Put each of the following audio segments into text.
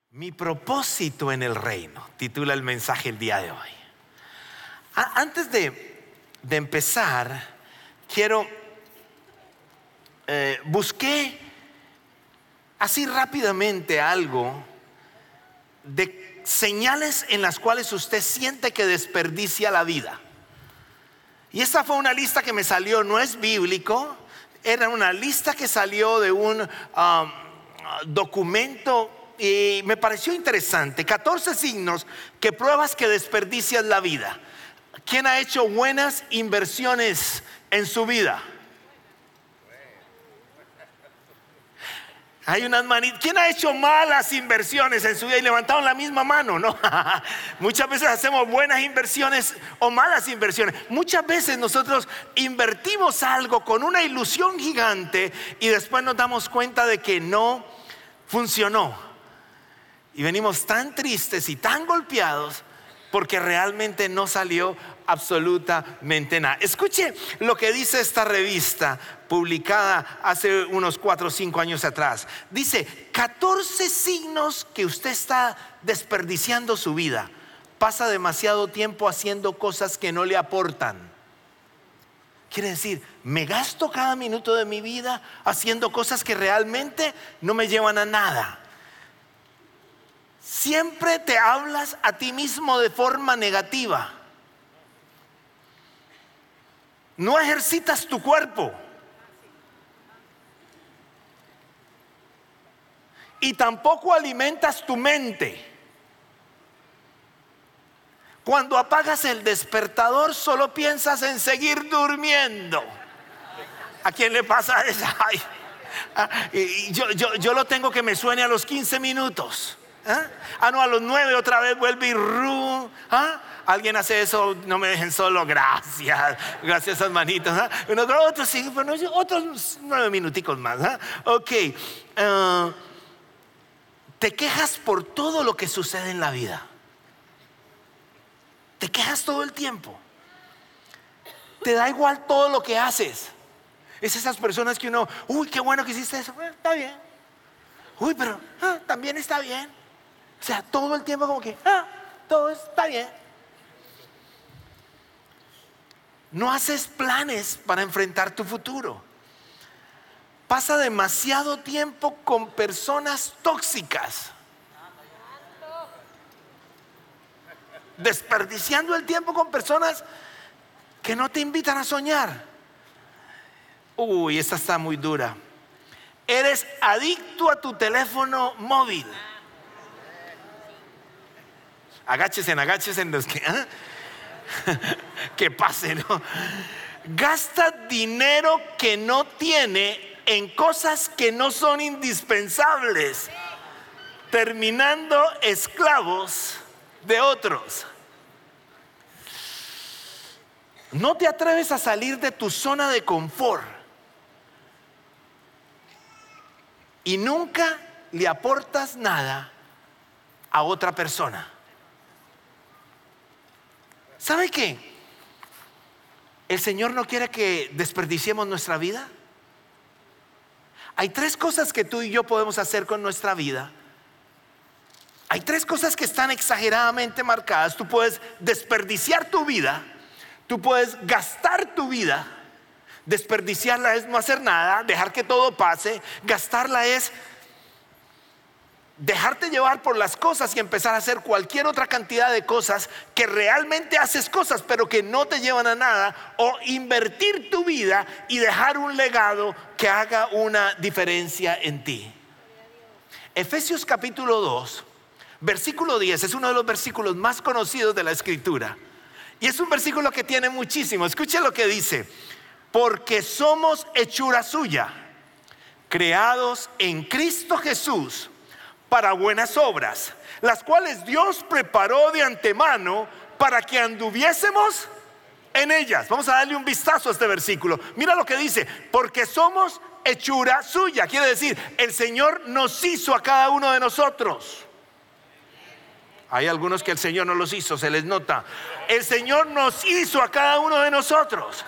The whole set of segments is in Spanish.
Mi propósito en el reino, titula el mensaje el día de hoy. Antes de empezar, busqué así rápidamente algo de señales en las cuales usted siente que desperdicia la vida. Y esta fue una lista que me salió, no es bíblico, era una lista que salió de un documento. Y me pareció interesante, 14 signos que pruebas que desperdicias la vida. ¿Quién ha hecho buenas inversiones en su vida? Hay unas manitas. ¿Quién ha hecho malas inversiones en su vida? Y levantaron la misma mano, ¿no? Muchas veces hacemos buenas inversiones o malas inversiones. Muchas veces nosotros invertimos algo con una ilusión gigante y después nos damos cuenta de que no funcionó. Y venimos tan tristes y tan golpeados porque realmente no salió absolutamente nada. Escuche lo que dice esta revista publicada hace unos 4 o 5 años atrás. Dice 14 signos que usted está desperdiciando su vida. Pasa demasiado tiempo haciendo cosas que no le aportan. Quiere decir, me gasto cada minuto de mi vida haciendo cosas que realmente no me llevan a nada. Siempre te hablas a ti mismo de forma negativa. No ejercitas tu cuerpo. Y tampoco alimentas tu mente. Cuando apagas el despertador, solo piensas en seguir durmiendo. ¿A quién le pasa eso? Yo lo tengo que me suene a los 15 minutos. No, a los 9 otra vez vuelve y ¿Alguien hace eso? No me dejen solo, gracias hermanitos. Otros sí, bueno, otros 9 minuticos más. Ok, te quejas por todo lo que sucede en la vida. Te quejas todo el tiempo. Te da igual todo lo que haces. Es esas personas que uno, qué bueno que hiciste eso, está bien. Pero también está bien. O sea, todo el tiempo como que todo está bien. No haces planes para enfrentar tu futuro. Pasa demasiado tiempo con personas tóxicas, desperdiciando el tiempo con personas que no te invitan a soñar. Esta está muy dura. Eres adicto a tu teléfono móvil. Agáchese los que que pase, ¿no? Gasta dinero que no tiene en cosas que no son indispensables, terminando esclavos de otros. No te atreves a salir de tu zona de confort y nunca le aportas nada a otra persona. ¿Sabe qué? El Señor no quiere que desperdiciemos nuestra vida. Hay 3 cosas que tú y yo podemos hacer con nuestra vida. Hay 3 cosas que están exageradamente marcadas. Tú puedes desperdiciar tu vida. Tú puedes gastar tu vida. Desperdiciarla es no hacer nada, dejar que todo pase. Gastarla es dejarte llevar por las cosas y empezar a hacer cualquier otra cantidad de cosas que realmente haces cosas pero que no te llevan a nada, o invertir tu vida y dejar un legado que haga una diferencia en ti. Efesios capítulo 2 versículo 10 es uno de los versículos más conocidos de la Escritura y es un versículo que tiene muchísimo. Escuche lo que dice: porque somos hechura suya, creados en Cristo Jesús para buenas obras, las cuales Dios preparó de antemano para que anduviésemos en ellas. Vamos a darle un vistazo a este versículo. Mira lo que dice: porque somos hechura suya. Quiere decir, el Señor nos hizo a cada uno de nosotros. Hay algunos que el Señor no los hizo, se les nota. El Señor nos hizo a cada uno de nosotros.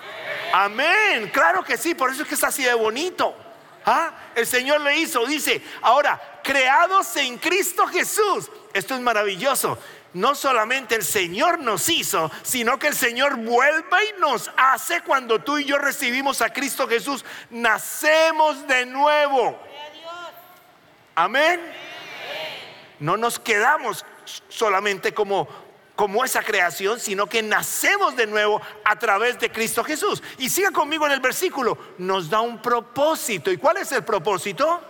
Amén, claro que sí, por eso es que está así de bonito. El Señor le hizo, dice, ahora creados en Cristo Jesús. Esto es maravilloso. No solamente el Señor nos hizo, sino que el Señor vuelve y nos hace cuando tú y yo recibimos a Cristo Jesús. Nacemos de nuevo. Amén. No nos quedamos solamente como esa creación, sino que nacemos de nuevo a través de Cristo Jesús. Y siga conmigo en el versículo. Nos da un propósito. ¿Y cuál es el propósito?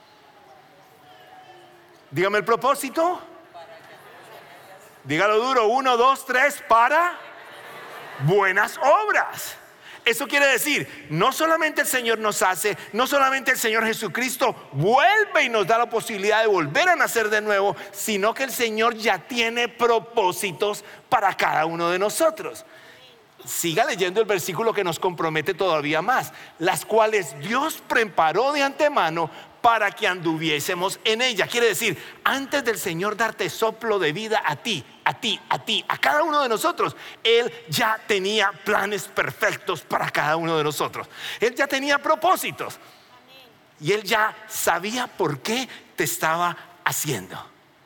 Dígame el propósito. Dígalo duro, 1, 2, 3, para buenas obras. Eso quiere decir, no solamente el Señor nos hace, no solamente el Señor Jesucristo vuelve y nos da la posibilidad de volver a nacer de nuevo, sino que el Señor ya tiene propósitos para cada uno de nosotros. Siga leyendo el versículo que nos compromete todavía más, las cuales Dios preparó de antemano para que anduviésemos en ella. Quiere decir, antes del Señor darte soplo de vida a ti, a cada uno de nosotros, Él ya tenía planes perfectos para cada uno de nosotros. Él ya tenía propósitos. Y Él ya sabía por qué te estaba haciendo.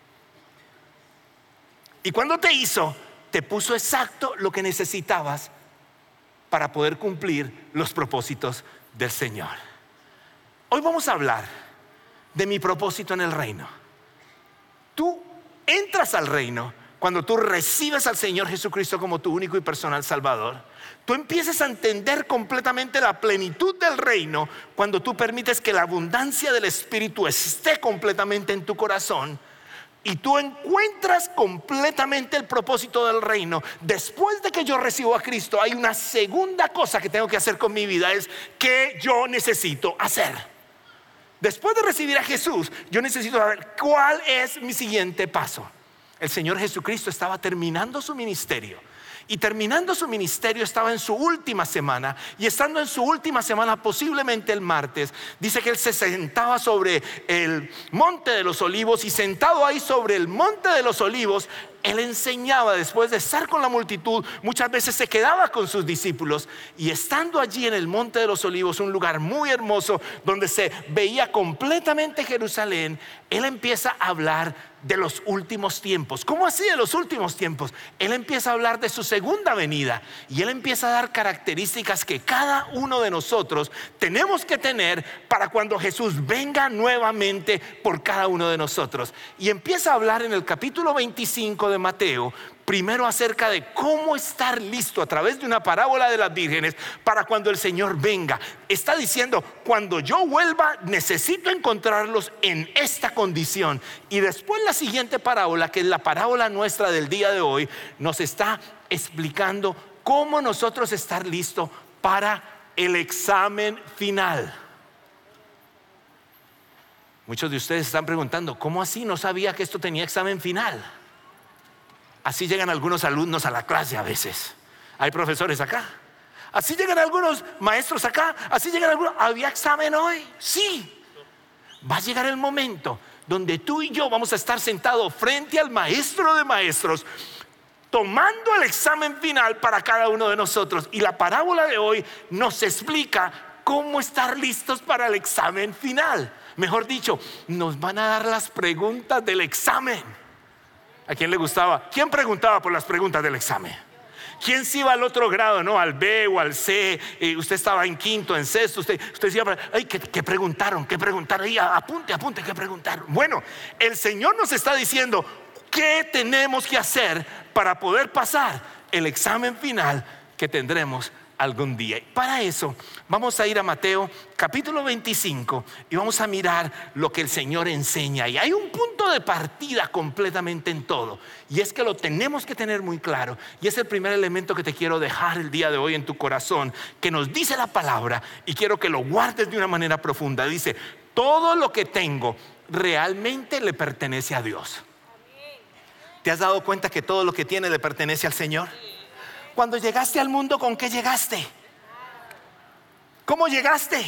Y cuando te hizo, te puso exacto lo que necesitabas para poder cumplir los propósitos del Señor. Hoy vamos a hablar de mi propósito en el reino. Tú entras al reino cuando tú recibes al Señor Jesucristo como tu único y personal Salvador. Tú empiezas a entender completamente la plenitud del reino cuando tú permites que la abundancia del Espíritu esté completamente en tu corazón. Y tú encuentras completamente el propósito del reino. Después de que yo recibo a Cristo, hay una segunda cosa que tengo que hacer con mi vida. Es que yo necesito hacer. Después de recibir a Jesús, yo necesito saber cuál es mi siguiente paso. El Señor Jesucristo estaba terminando su ministerio. Y terminando su ministerio estaba en su última semana. Y estando en su última semana, posiblemente el martes, dice que Él se sentaba sobre el monte de los olivos. Y sentado ahí sobre el monte de los olivos, Él enseñaba. Después de estar con la multitud, muchas veces se quedaba con sus discípulos. Y estando allí en el monte de los olivos, un lugar muy hermoso donde se veía completamente Jerusalén, Él empieza a hablar de los últimos tiempos. ¿Cómo así de los últimos tiempos? Él empieza a hablar de su segunda venida. Y Él empieza a dar características que cada uno de nosotros tenemos que tener para cuando Jesús venga nuevamente por cada uno de nosotros. Y empieza a hablar en el capítulo 25 de Mateo, primero acerca de cómo estar listo a través de una parábola de las vírgenes para cuando el Señor venga. Está diciendo, cuando yo vuelva necesito encontrarlos en esta condición. Y después la siguiente parábola, que es la parábola nuestra del día de hoy, nos está explicando cómo nosotros estar listos para el examen final. Muchos de ustedes están preguntando, ¿cómo así? No sabía que esto tenía examen final. Así llegan algunos alumnos a la clase a veces. Hay profesores acá. Así llegan algunos maestros acá. Así llegan algunos. ¿Había examen hoy? Sí. Va a llegar el momento donde tú y yo vamos a estar sentados frente al maestro de maestros, tomando el examen final para cada uno de nosotros. Y la parábola de hoy nos explica cómo estar listos para el examen final. Mejor dicho, nos van a dar las preguntas del examen. ¿A quién le gustaba? ¿Quién preguntaba por las preguntas del examen? ¿Quién se iba al otro grado, no? Al B o al C. Usted estaba en quinto, en sexto. Usted decía, ay, ¿qué preguntaron? ¿Qué preguntaron? Ay, apunte, ¿qué preguntaron? Bueno, el Señor nos está diciendo qué tenemos que hacer para poder pasar el examen final que tendremos algún día. Y para eso vamos a ir a Mateo capítulo 25 y vamos a mirar lo que el Señor enseña. Y hay un punto de partida completamente en todo, y es que lo tenemos que tener muy claro. Y es el primer elemento que te quiero dejar el día de hoy en tu corazón, que nos dice la palabra, y quiero que lo guardes de una manera profunda. Dice, todo lo que tengo realmente le pertenece a Dios. ¿Te has dado cuenta que todo lo que tienes le pertenece al Señor? Cuando llegaste al mundo, ¿con qué llegaste? ¿Cómo llegaste?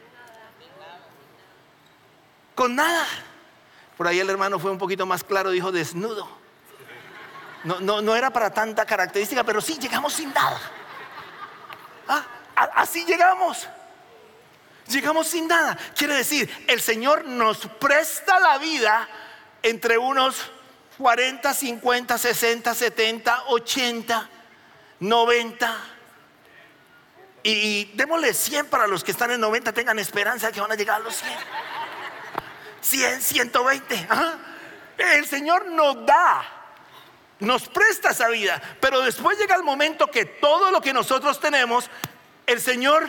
Con nada. Por ahí el hermano fue un poquito más claro, dijo desnudo. No era para tanta característica, pero sí, llegamos sin nada. Así llegamos. Llegamos sin nada. Quiere decir, el Señor nos presta la vida entre unos 40, 50, 60, 70, 80, 90. Y démosle 100 para los que están en 90 tengan esperanza de que van a llegar a los 100. 100, 120. Ajá. El Señor nos da, nos presta esa vida, pero después llega el momento que todo lo que nosotros tenemos, el Señor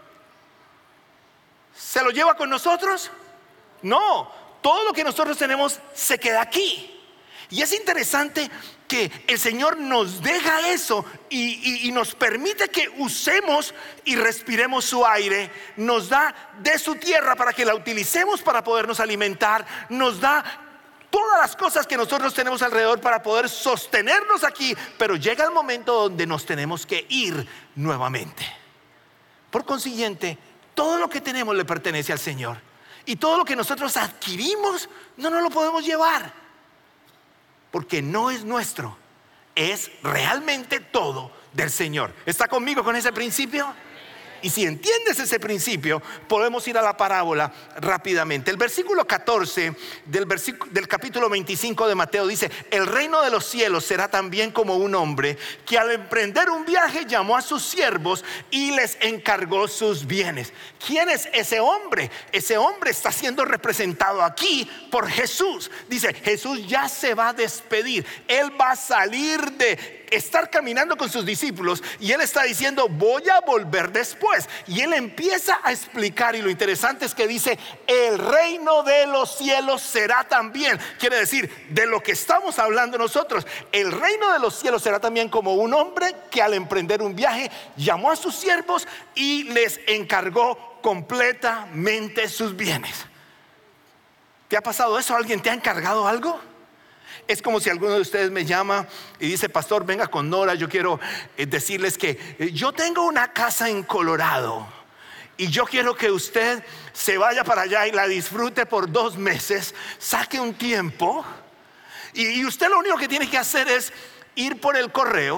se lo lleva con nosotros. No, todo lo que nosotros tenemos se queda aquí. Y es interesante que el Señor nos deja eso y nos permite que usemos y respiremos su aire. Nos da de su tierra para que la utilicemos para podernos alimentar. Nos da todas las cosas que nosotros tenemos alrededor para poder sostenernos aquí. Pero llega el momento donde nos tenemos que ir nuevamente. Por consiguiente, todo lo que tenemos le pertenece al Señor. Y todo lo que nosotros adquirimos no nos lo podemos llevar, porque no es nuestro, es realmente todo del Señor. ¿Está conmigo con ese principio? Y si entiendes ese principio, podemos ir a la parábola rápidamente. El versículo 14 del capítulo 25 de Mateo dice: el reino de los cielos será también como un hombre que al emprender un viaje llamó a sus siervos y les encargó sus bienes. ¿Quién es ese hombre? Ese hombre está siendo representado aquí por Jesús. Dice, Jesús ya se va a despedir. Él va a salir de estar caminando con sus discípulos y Él está diciendo, voy a volver después. Y Él empieza a explicar, y lo interesante es que dice, el reino de los cielos será también. Quiere decir, de lo que estamos hablando nosotros, el reino de los cielos será también como un hombre que al emprender un viaje llamó a sus siervos y les encargó completamente sus bienes. ¿Te ha pasado eso? ¿Alguien te ha encargado algo? Es como si alguno de ustedes me llama y dice, pastor, venga con Nora, yo quiero decirles que yo tengo una casa en Colorado y yo quiero que usted se vaya para allá y la disfrute por 2 meses, saque un tiempo y usted lo único que tiene que hacer es ir por el correo,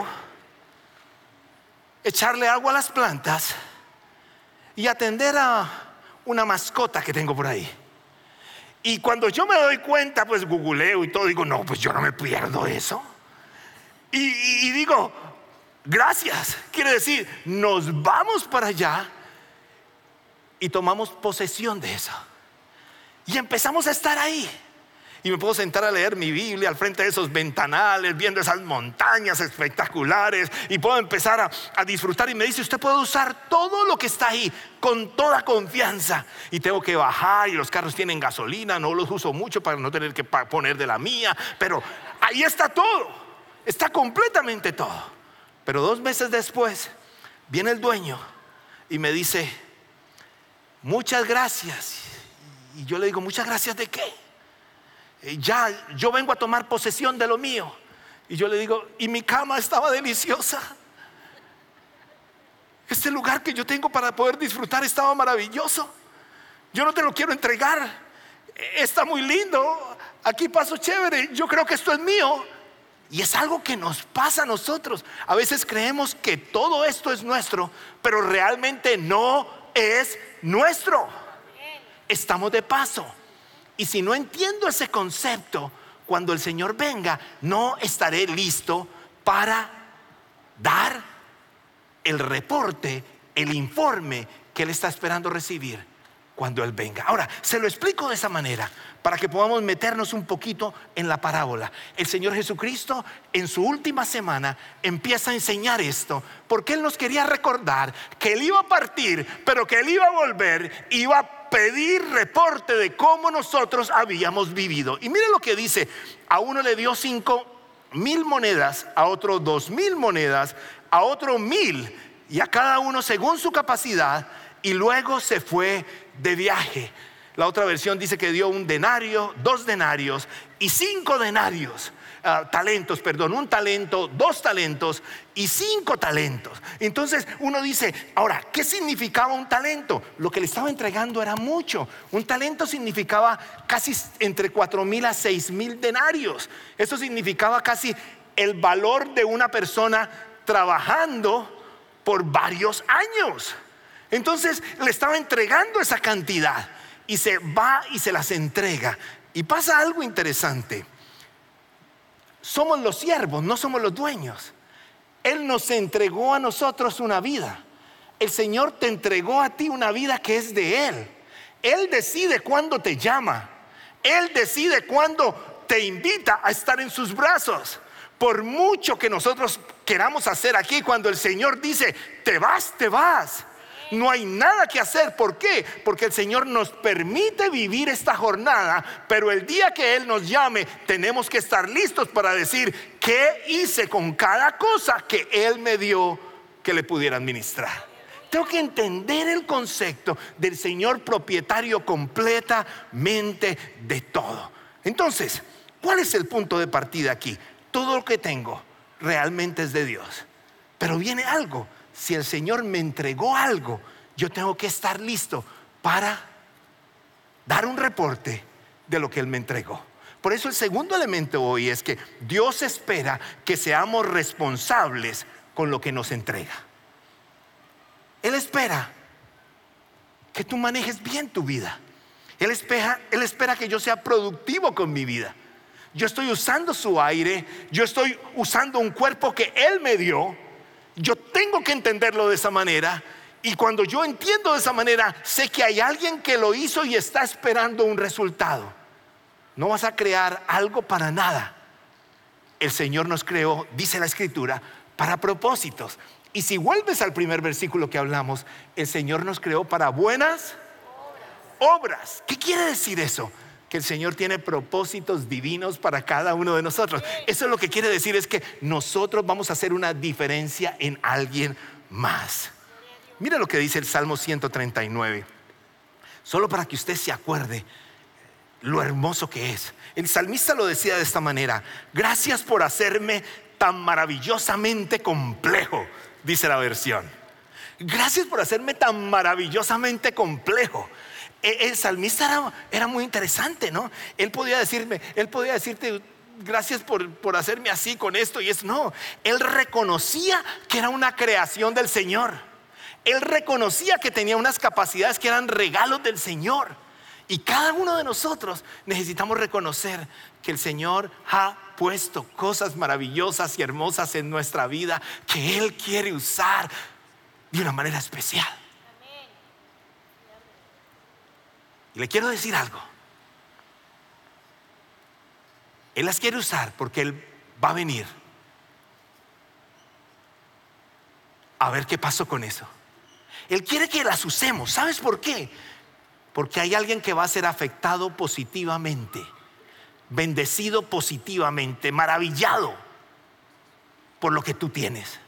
echarle agua a las plantas y atender a una mascota que tengo por ahí. Y cuando yo me doy cuenta, pues googleo y todo, digo, no, pues yo no me pierdo eso. Y digo, gracias. Quiere decir, nos vamos para allá y tomamos posesión de eso. Y empezamos a estar ahí. Y me puedo sentar a leer mi Biblia al frente de esos ventanales, viendo esas montañas espectaculares, y puedo empezar a disfrutar. Y me dice, usted puede usar todo lo que está ahí con toda confianza. Y tengo que bajar y los carros tienen gasolina, no los uso mucho para no tener que poner de la mía, pero ahí está todo, está completamente todo. Pero 2 meses después viene el dueño y me dice, muchas gracias. Y yo le digo, ¿muchas gracias de qué? Ya yo vengo a tomar posesión de lo mío. Y yo le digo, y mi cama estaba deliciosa. Este lugar que yo tengo para poder disfrutar estaba maravilloso. Yo no te lo quiero entregar. Está muy lindo. Aquí paso chévere. Yo creo que esto es mío. Y es algo que nos pasa a nosotros. A veces creemos que todo esto es nuestro, pero realmente no es nuestro. Estamos de paso. Y si no entiendo ese concepto, cuando el Señor venga, no estaré listo para dar el reporte, el informe que Él está esperando recibir cuando Él venga. Ahora, se lo explico de esa manera para que podamos meternos un poquito en la parábola. El Señor Jesucristo en su última semana empieza a enseñar esto, porque Él nos quería recordar que Él iba a partir, pero que Él iba a volver, iba a pedir reporte de cómo nosotros habíamos vivido. Y mire lo que dice: a uno le dio 5,000 monedas, a otro 2,000 monedas, a otro 1,000, y a cada uno según su capacidad, y luego se fue de viaje. La otra versión dice que dio 1 denario, 2 denarios y 5 denarios. Talentos, perdón, 1 talento, 2 talentos y 5 talentos. Entonces uno dice, ahora, ¿qué significaba un talento? Lo que le estaba entregando era mucho. Un talento significaba casi entre 4,000 a 6,000 denarios. Eso significaba casi el valor de una persona trabajando por varios años. Entonces le estaba entregando esa cantidad y se va y se las entrega. Y pasa algo interesante. Somos los siervos, no somos los dueños. Él nos entregó a nosotros una vida. El Señor te entregó a ti una vida que es de Él. Él decide cuándo te llama. Él decide cuándo te invita a estar en sus brazos. Por mucho que nosotros queramos hacer aquí, cuando el Señor dice, te vas, te vas. No hay nada que hacer. ¿Por qué? Porque el Señor nos permite vivir esta jornada, pero el día que Él nos llame, tenemos que estar listos para decir, ¿qué hice con cada cosa que Él me dio que le pudiera administrar? Tengo que entender el concepto del Señor propietario completamente de todo. Entonces, ¿cuál es el punto de partida aquí? Todo lo que tengo realmente es de Dios. Pero viene algo. Si el Señor me entregó algo, yo tengo que estar listo para dar un reporte de lo que Él me entregó. Por eso el segundo elemento hoy es que Dios espera que seamos responsables con lo que nos entrega. Él espera que tú manejes bien tu vida. Él espera que yo sea productivo con mi vida. Yo estoy usando su aire, yo estoy usando un cuerpo que Él me dio. Yo tengo que entenderlo de esa manera. Y cuando yo entiendo de esa manera, sé que hay alguien que lo hizo y está esperando un resultado. No vas a crear algo para nada. El Señor nos creó, dice la Escritura, para propósitos. Y si vuelves al primer versículo que hablamos, el Señor nos creó para buenas obras. ¿Qué quiere decir eso? Que el Señor tiene propósitos divinos para cada uno de nosotros. Eso es lo que quiere decir, es que nosotros vamos a hacer una diferencia en alguien más. Mira lo que dice el Salmo 139. Solo para que usted se acuerde lo hermoso que es. El salmista lo decía de esta manera: gracias por hacerme tan maravillosamente complejo, dice la versión. Gracias por hacerme tan maravillosamente complejo. El salmista era muy interesante, ¿no? Él podía decirte, gracias por hacerme así con esto y eso. No, él reconocía que era una creación del Señor. Él reconocía que tenía unas capacidades que eran regalos del Señor. Y cada uno de nosotros necesitamos reconocer que el Señor ha puesto cosas maravillosas y hermosas en nuestra vida que Él quiere usar de una manera especial. Y le quiero decir algo. Él las quiere usar porque Él va a venir a ver qué pasó con eso. Él quiere que las usemos. ¿Sabes por qué? Porque hay alguien que va a ser afectado positivamente, bendecido positivamente, maravillado por lo que tú tienes.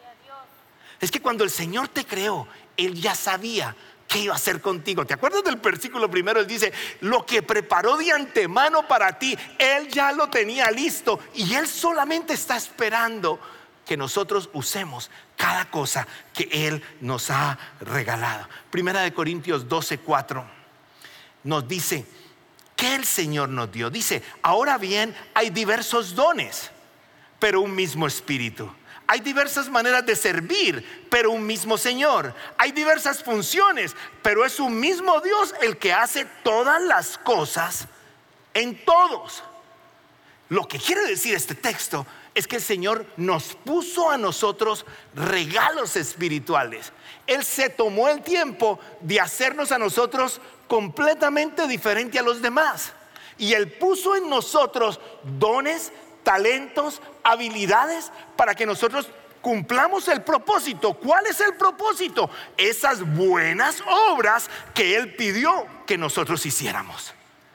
Es que cuando el Señor te creó, Él ya sabía qué iba a hacer contigo. ¿Te acuerdas del versículo primero? Él dice, lo que preparó de antemano para ti, Él ya lo tenía listo. Y Él solamente está esperando que nosotros usemos cada cosa que Él nos ha regalado. Primera de Corintios 12:4 nos dice que el Señor nos dio. Dice, ahora bien, hay diversos dones, pero un mismo Espíritu. Hay diversas maneras de servir, pero un mismo Señor. Hay diversas funciones, pero es un mismo Dios el que hace todas las cosas en todos. Lo que quiere decir este texto es que el Señor nos puso a nosotros regalos espirituales. Él se tomó el tiempo de hacernos a nosotros completamente diferente a los demás. Y Él puso en nosotros dones, talentos, habilidades para que nosotros cumplamos el propósito. ¿Cuál es el propósito? Esas buenas obras que Él pidió que nosotros hiciéramos.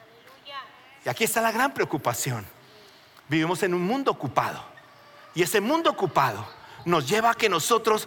Y aquí está la gran preocupación. Vivimos en un mundo ocupado, y ese mundo ocupado nos lleva a que nosotros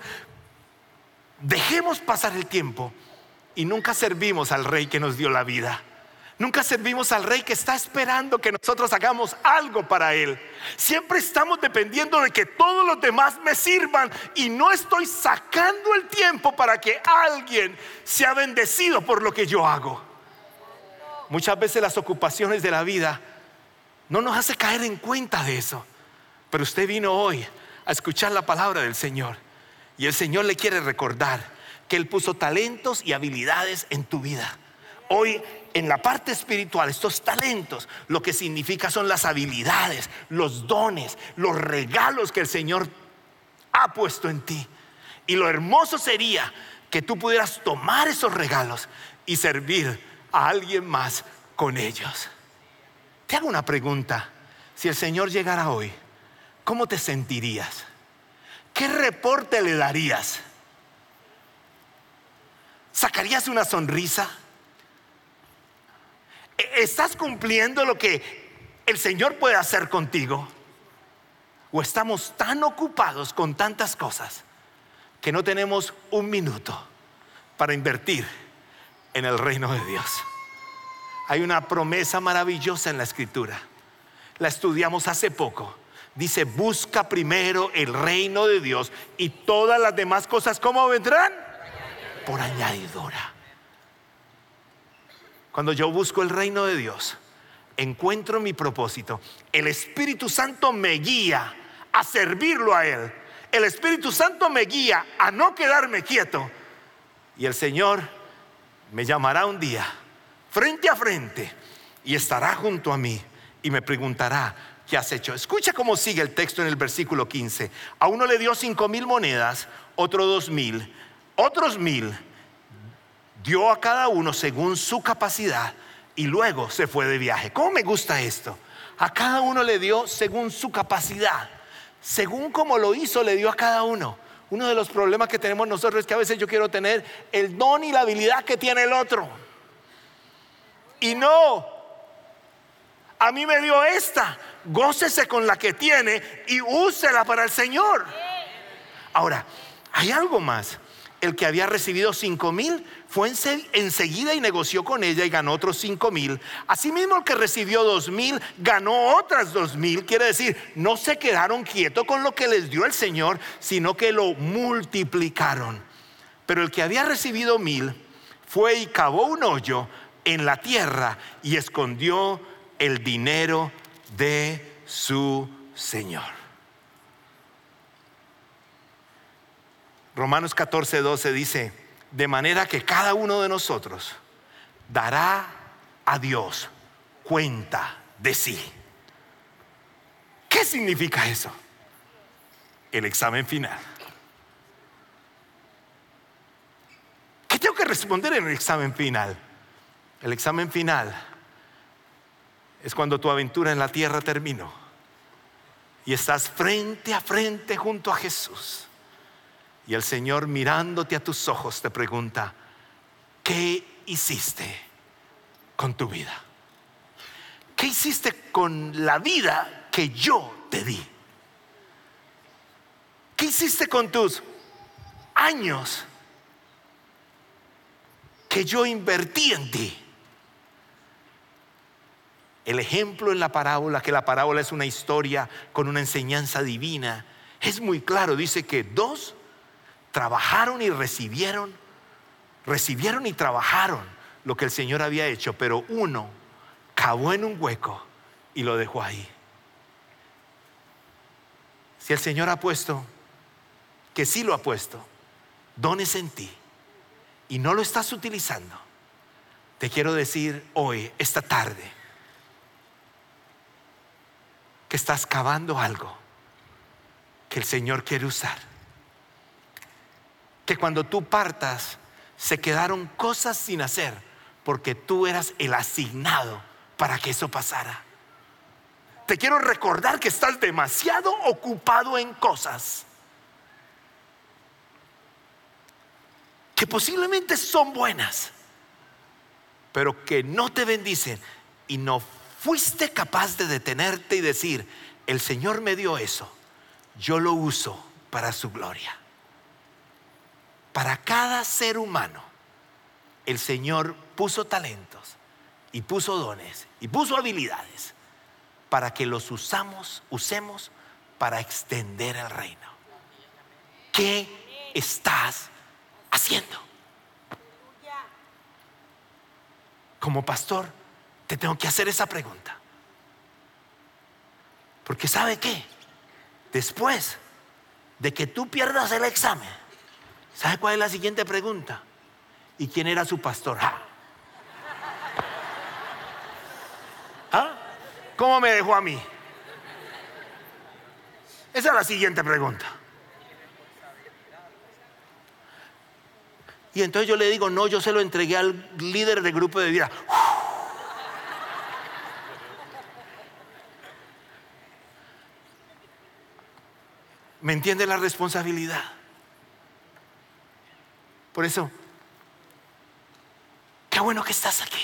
dejemos pasar el tiempo y nunca servimos al Rey que nos dio la vida. Nunca servimos al Rey que está esperando que nosotros hagamos algo para Él. Siempre estamos dependiendo de que todos los demás me sirvan, y no estoy sacando el tiempo para que alguien sea bendecido por lo que yo hago. Muchas veces las ocupaciones de la vida no nos hace caer en cuenta de eso. Pero usted vino hoy a escuchar la palabra del Señor, y el Señor le quiere recordar que Él puso talentos y habilidades en tu vida. Hoy, en la parte espiritual, estos talentos lo que significa son las habilidades, los dones, los regalos que el Señor ha puesto en ti. Y lo hermoso sería que tú pudieras tomar esos regalos y servir a alguien más con ellos. Te hago una pregunta: si el Señor llegara hoy, ¿cómo te sentirías? ¿Qué reporte le darías? ¿Sacarías una sonrisa? ¿Estás cumpliendo lo que el Señor puede hacer contigo? ¿O estamos tan ocupados con tantas cosas que no tenemos un minuto para invertir en el reino de Dios? Hay una promesa maravillosa en la Escritura. La estudiamos hace poco. Dice: busca primero el reino de Dios y todas las demás cosas, ¿cómo vendrán? Por añadidura. Cuando yo busco el reino de Dios, encuentro mi propósito. El Espíritu Santo me guía a servirlo a Él. El Espíritu Santo me guía a no quedarme quieto. Y el Señor me llamará un día frente a frente y estará junto a mí y me preguntará: ¿qué has hecho? Escucha cómo sigue el texto en el versículo 15. A uno le dio 5,000 monedas, otro 2,000, otros 1,000. Dio a cada uno según su capacidad y luego se fue de viaje. ¿Cómo me gusta esto? A cada uno le dio según su capacidad. Según como lo hizo, le dio a cada uno. Uno de los problemas que tenemos nosotros es que a veces yo quiero tener el don y la habilidad que tiene el otro. Y no, a mí me dio esta. Gócese con la que tiene y úsela para el Señor. Ahora, hay algo más. El que había recibido 5,000 fue enseguida y negoció con ella y ganó otros 5,000. Asimismo, el que recibió 2,000 ganó otras 2,000. Quiere decir, no se quedaron quietos con lo que les dio el Señor, sino que lo multiplicaron. Pero el que había recibido 1,000 fue y cavó un hoyo en la tierra y escondió el dinero de su Señor. Romanos 14:12 dice: de manera que cada uno de nosotros dará a Dios cuenta de sí. ¿Qué significa eso? El examen final. ¿Qué tengo que responder en el examen final? El examen final es cuando tu aventura en la tierra terminó y estás frente a frente junto a Jesús. Y el Señor, mirándote a tus ojos, te pregunta: ¿qué hiciste con tu vida? ¿Qué hiciste con la vida que yo te di? ¿Qué hiciste con tus años que yo invertí en ti? El ejemplo en la parábola, que la parábola es una historia con una enseñanza divina, es muy claro. Dice que 2 trabajaron y recibieron y trabajaron lo que el Señor había hecho, pero 1 cavó en un hueco y lo dejó ahí. Si el Señor ha puesto, que sí lo ha puesto, dones en ti y no lo estás utilizando, te quiero decir hoy, esta tarde, que estás cavando algo que el Señor quiere usar. Que cuando tú partas se quedaron cosas sin hacer porque tú eras el asignado para que eso pasara. Te quiero recordar que estás demasiado ocupado en cosas que posiblemente son buenas, pero que no te bendicen, y no fuiste capaz de detenerte y decir: el Señor me dio eso, yo lo uso para su gloria. Para cada ser humano el Señor puso talentos y puso dones y puso habilidades para que los usemos para extender el reino. ¿Qué estás haciendo? Como pastor te tengo que hacer esa pregunta, porque ¿sabe qué? Después de que tú pierdas el examen, ¿Sabe cuál es la siguiente pregunta? ¿Y quién era su pastor? ¿Ah? ¿Cómo me dejó a mí? Esa es la siguiente pregunta. Y entonces yo le digo, no, yo se lo entregué al líder del grupo de vida. ¿Me entiende la responsabilidad? Por eso, qué bueno que estás aquí.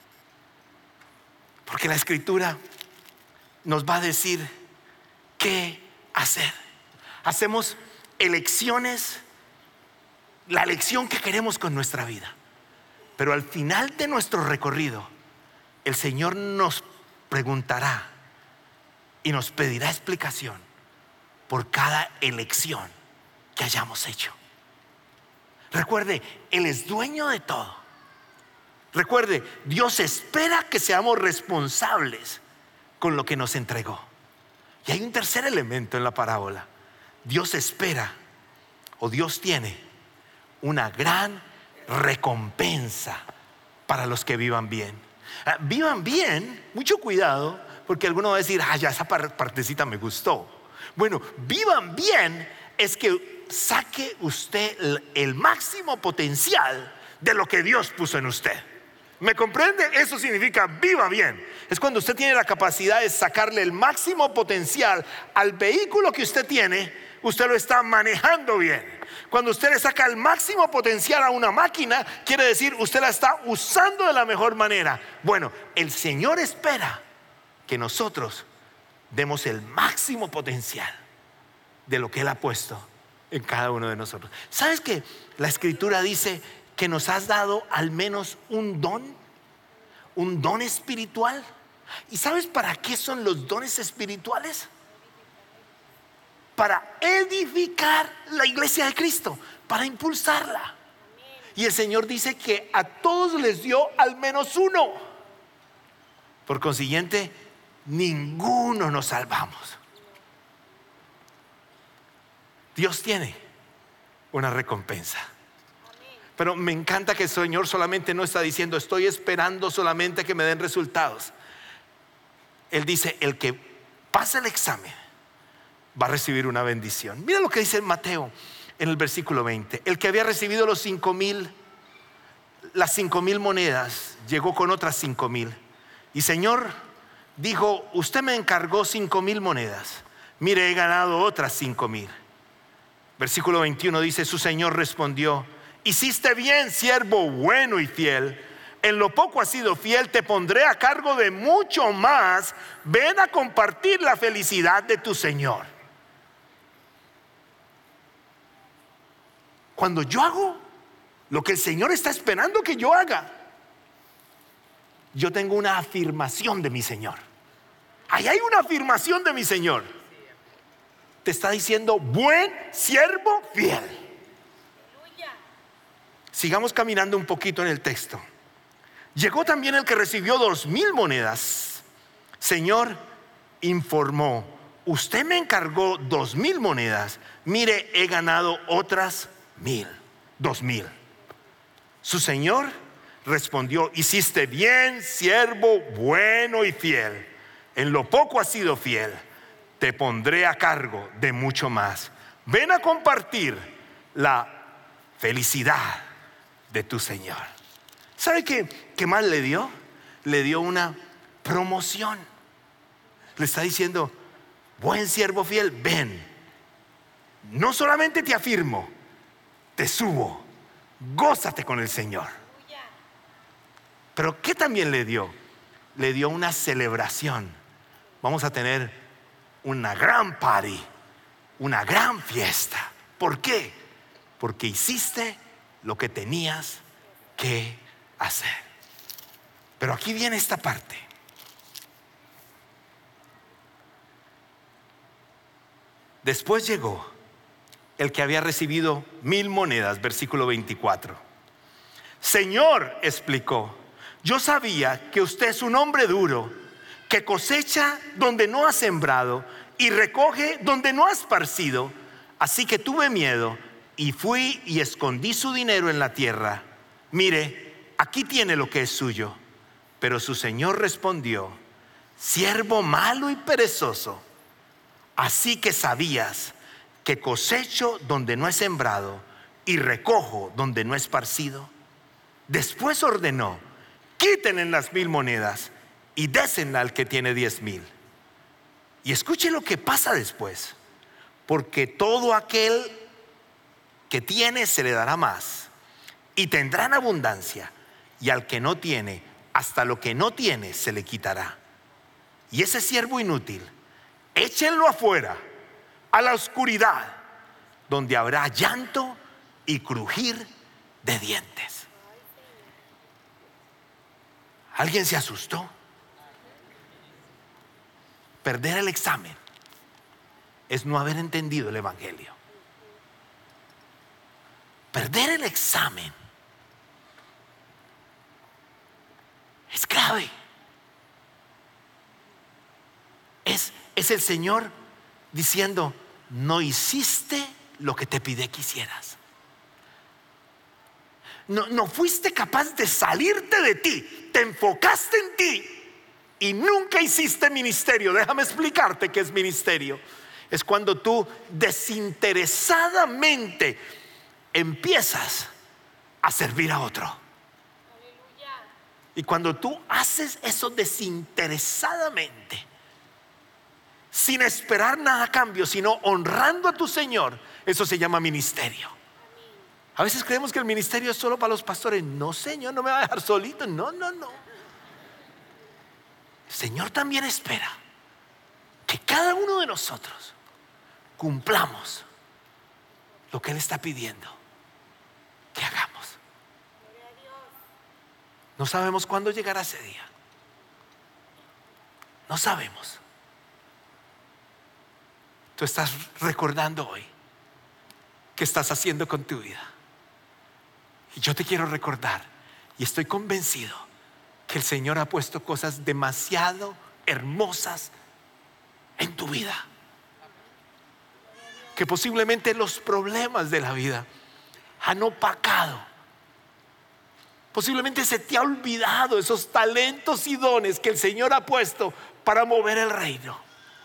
Porque la Escritura nos va a decir qué hacer. Hacemos elecciones, la elección que queremos con nuestra vida. Pero al final de nuestro recorrido, el Señor nos preguntará y nos pedirá explicación por cada elección que hayamos hecho. Recuerde, Él es dueño de todo. Recuerde, Dios espera que seamos responsables con lo que nos entregó. Y hay un tercer elemento en la parábola. Dios espera, o Dios tiene una gran recompensa para los que vivan bien. Vivan bien, mucho cuidado, porque alguno va a decir, ya esa partecita me gustó. Bueno, vivan bien es que saque usted el máximo potencial de lo que Dios puso en usted. ¿Me comprende? Eso significa viva bien. Es cuando usted tiene la capacidad de sacarle el máximo potencial al vehículo que usted tiene, usted lo está manejando bien. Cuando usted le saca el máximo potencial a una máquina, quiere decir usted la está usando de la mejor manera. Bueno, el Señor espera que nosotros demos el máximo potencial de lo que Él ha puesto en cada uno de nosotros. ¿Sabes que la Escritura dice que nos has dado al menos un don espiritual? ¿Y sabes para qué son los dones espirituales? Para edificar la iglesia de Cristo, para impulsarla. Y el Señor dice que a todos les dio al menos uno. Por consiguiente, ninguno nos salvamos. Dios tiene una recompensa. Pero me encanta que el Señor solamente no está diciendo estoy esperando solamente que me den resultados. Él dice el que pasa el examen va a recibir una bendición. Mira lo que dice Mateo en el versículo 20. El que había recibido las 5,000 monedas llegó con otras 5,000. Y Señor dijo, usted me encargó 5,000 monedas. Mire, he ganado otras 5,000. Versículo 21 dice, su Señor respondió, hiciste bien, siervo bueno y fiel. En lo poco has sido fiel, te pondré a cargo de mucho más. Ven a compartir la felicidad de tu Señor. Cuando yo hago lo que el Señor está esperando que yo haga, yo tengo una afirmación de mi Señor. Ahí hay una afirmación de mi Señor. Te está diciendo, buen siervo fiel. Sigamos caminando un poquito en el texto. Llegó también el que recibió 2,000 monedas. Señor, informó, usted me encargó 2,000 monedas. Mire, he ganado otras 2,000. Su Señor respondió, hiciste bien, siervo bueno y fiel. En lo poco has sido fiel, te pondré a cargo de mucho más. Ven a compartir la felicidad de tu Señor. ¿Sabe qué más le dio? Le dio una promoción. Le está diciendo, buen siervo fiel, ven. No solamente te afirmo, te subo. Gózate con el Señor. Pero ¿qué también le dio? Le dio una celebración. Vamos a tener una gran party, una gran fiesta. ¿Por qué? Porque hiciste lo que tenías que hacer. Pero aquí viene esta parte. Después llegó el que había recibido 1,000 monedas, versículo 24. Señor, explicó, yo sabía que usted es un hombre duro, que cosecha donde no ha sembrado y recoge donde no ha esparcido. Así que tuve miedo y fui y escondí su dinero en la tierra. Mire, aquí tiene lo que es suyo. Pero su señor respondió: siervo malo y perezoso, así que sabías que cosecho donde no he sembrado y recojo donde no he esparcido. Después ordenó: quítenle las 1000 monedas y désenla al que tiene 10,000. Y escuche lo que pasa después: porque todo aquel que tiene se le dará más y tendrá en abundancia, y al que no tiene, hasta lo que no tiene se le quitará. Y ese siervo inútil, échenlo afuera, a la oscuridad, donde habrá llanto y crujir de dientes. ¿Alguien se asustó? Perder el examen es no haber entendido el evangelio. Perder el examen es grave. Es el Señor diciendo: no hiciste lo que te pidí que hicieras. No fuiste capaz de salirte de ti, te enfocaste en ti y nunca hiciste ministerio. Déjame explicarte qué es ministerio. Es cuando tú desinteresadamente empiezas a servir a otro. Y cuando tú haces eso desinteresadamente, sin esperar nada a cambio, sino honrando a tu Señor, eso se llama ministerio. A veces creemos que el ministerio es solo para los pastores. No, Señor, no me va a dejar solito. No. El Señor también espera que cada uno de nosotros cumplamos lo que Él está pidiendo que hagamos. No sabemos cuándo llegará ese día. No sabemos. Tú estás recordando hoy qué estás haciendo con tu vida. Y yo te quiero recordar, y estoy convencido que el Señor ha puesto cosas demasiado hermosas en tu vida, que posiblemente los problemas de la vida han opacado. Posiblemente se te ha olvidado esos talentos y dones que el Señor ha puesto para mover el reino.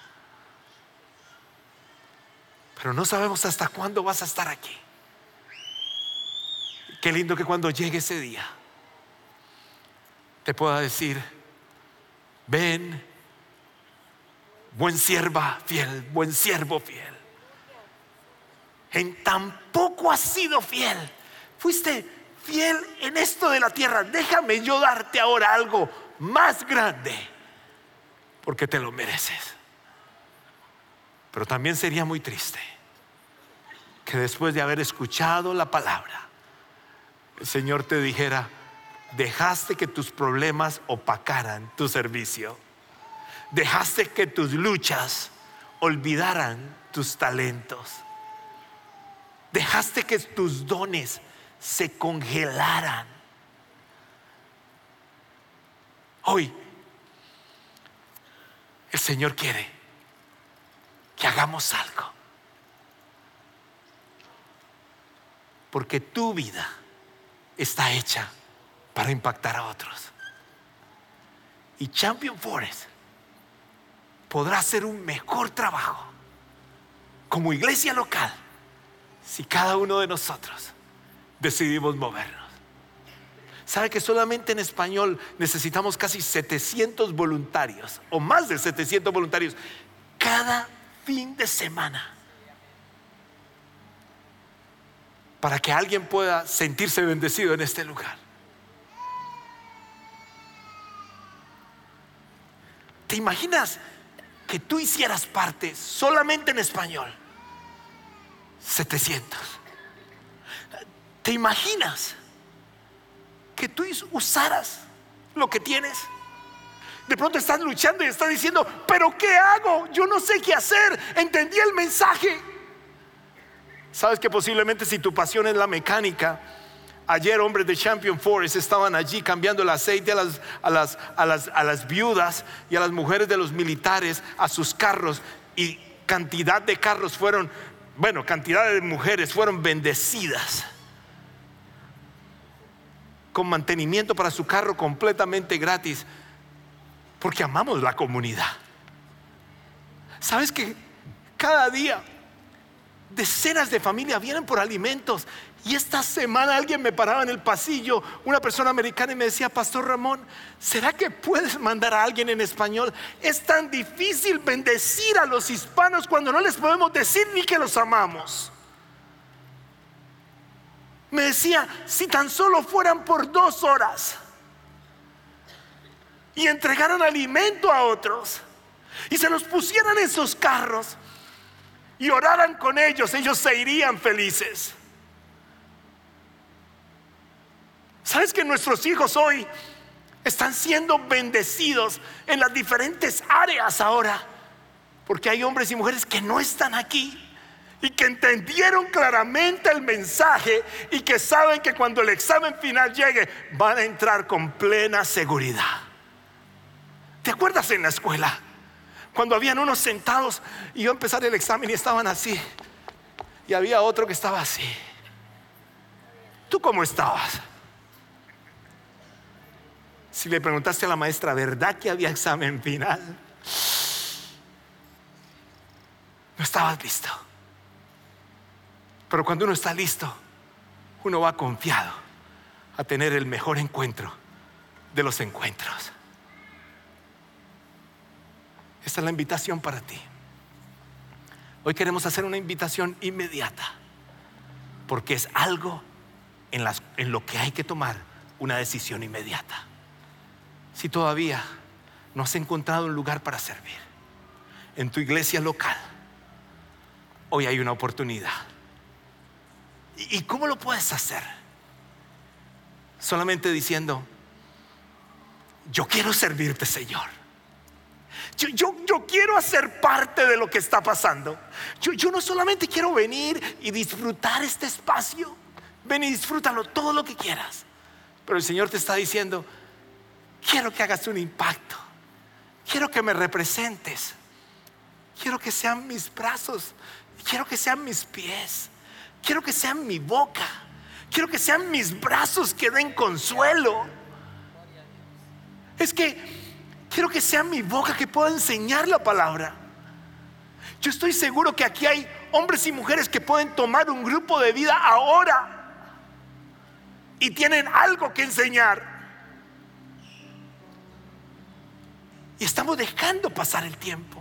Pero no sabemos hasta cuándo vas a estar aquí. Qué lindo que cuando llegue ese día te pueda decir: ven, buen sierva fiel, buen siervo fiel. En tan poco has sido fiel, fuiste fiel en esto de la tierra, déjame yo darte ahora algo más grande, porque te lo mereces. Pero también sería muy triste que después de haber escuchado la palabra, el Señor te dijera: dejaste que tus problemas opacaran tu servicio, dejaste que tus luchas olvidaran tus talentos, dejaste que tus dones se congelaran. Hoy el Señor quiere que hagamos algo, porque tu vida está hecha para impactar a otros. Y Champion Forest podrá hacer un mejor trabajo como iglesia local si cada uno de nosotros decidimos movernos. ¿Sabe que solamente en español necesitamos casi 700 voluntarios, o más de 700 voluntarios cada fin de semana, para que alguien pueda sentirse bendecido en este lugar? ¿Te imaginas que tú hicieras parte solamente en español? 700. ¿Te imaginas que tú usaras lo que tienes? De pronto estás luchando y estás diciendo: ¿pero qué hago? Yo no sé qué hacer. Entendí el mensaje. Sabes que posiblemente, si tu pasión es la mecánica, ayer hombres de Champion Forest estaban allí cambiando el aceite a las viudas y a las mujeres de los militares a sus carros, y cantidad de carros fueron cantidad de mujeres fueron bendecidas con mantenimiento para su carro completamente gratis, porque amamos la comunidad. ¿Sabes que cada día decenas de familias vienen por alimentos? Y esta semana alguien me paraba en el pasillo, una persona americana, y me decía: Pastor Ramón, ¿será que puedes mandar a alguien en español? Es tan difícil bendecir a los hispanos cuando no les podemos decir ni que los amamos. Me decía: si tan solo fueran por 2 horas y entregaran alimento a otros y se los pusieran en sus carros y oraran con ellos, ellos se irían felices. ¿Sabes que nuestros hijos hoy están siendo bendecidos en las diferentes áreas ahora? Porque hay hombres y mujeres que no están aquí y que entendieron claramente el mensaje y que saben que cuando el examen final llegue van a entrar con plena seguridad. ¿Te acuerdas en la escuela? Cuando habían unos sentados y iba a empezar el examen y estaban así, y había otro que estaba así. ¿Tú cómo estabas? Si le preguntaste a la maestra, ¿verdad que había examen final? No estabas listo. Pero cuando uno está listo, uno va confiado a tener el mejor encuentro de los encuentros. Esta es la invitación para ti. Hoy queremos hacer una invitación inmediata, porque es algo en lo que hay que tomar una decisión inmediata. Si todavía no has encontrado un lugar para servir en tu iglesia local, hoy hay una oportunidad. ¿Y cómo lo puedes hacer? Solamente diciendo: yo quiero servirte, Señor. Yo quiero hacer parte de lo que está pasando. Yo no solamente quiero venir y disfrutar este espacio. Ven y disfrútalo todo lo que quieras. Pero el Señor te está diciendo: quiero que hagas un impacto. Quiero que me representes. Quiero que sean mis brazos. Quiero que sean mis pies. Quiero que sean mi boca. Quiero que sean mis brazos que den consuelo. Es que quiero que sea mi boca que pueda enseñar la palabra. Yo estoy seguro que aquí hay hombres y mujeres que pueden tomar un grupo de vida ahora y tienen algo que enseñar. Y estamos dejando pasar el tiempo.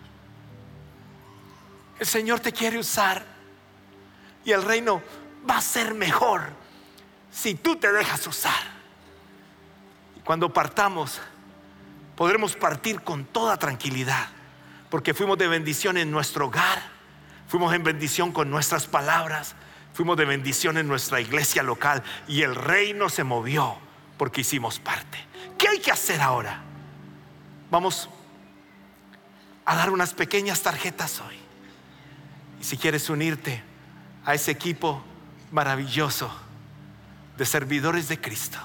El Señor te quiere usar y el reino va a ser mejor si tú te dejas usar. Y cuando partamos, podremos partir con toda tranquilidad, porque fuimos de bendición en nuestro hogar, fuimos en bendición con nuestras palabras, fuimos de bendición en nuestra iglesia local, y el reino se movió porque hicimos parte. ¿Qué hay que hacer ahora? Vamos a dar unas pequeñas tarjetas hoy, y si quieres unirte a ese equipo maravilloso de servidores de Cristo,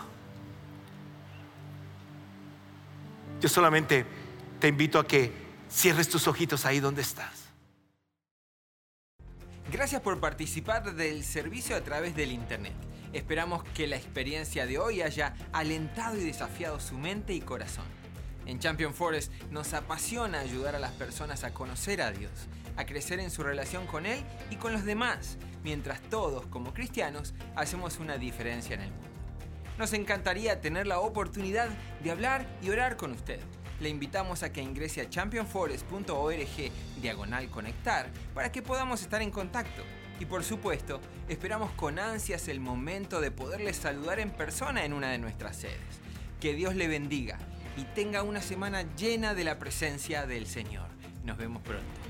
yo solamente te invito a que cierres tus ojitos ahí donde estás. Gracias por participar del servicio a través del internet. Esperamos que la experiencia de hoy haya alentado y desafiado su mente y corazón. En Champion Forest nos apasiona ayudar a las personas a conocer a Dios, a crecer en su relación con Él y con los demás, mientras todos, como cristianos, hacemos una diferencia en el mundo. Nos encantaría tener la oportunidad de hablar y orar con usted. Le invitamos a que ingrese a championforest.org/conectar para que podamos estar en contacto. Y por supuesto, esperamos con ansias el momento de poderle saludar en persona en una de nuestras sedes. Que Dios le bendiga y tenga una semana llena de la presencia del Señor. Nos vemos pronto.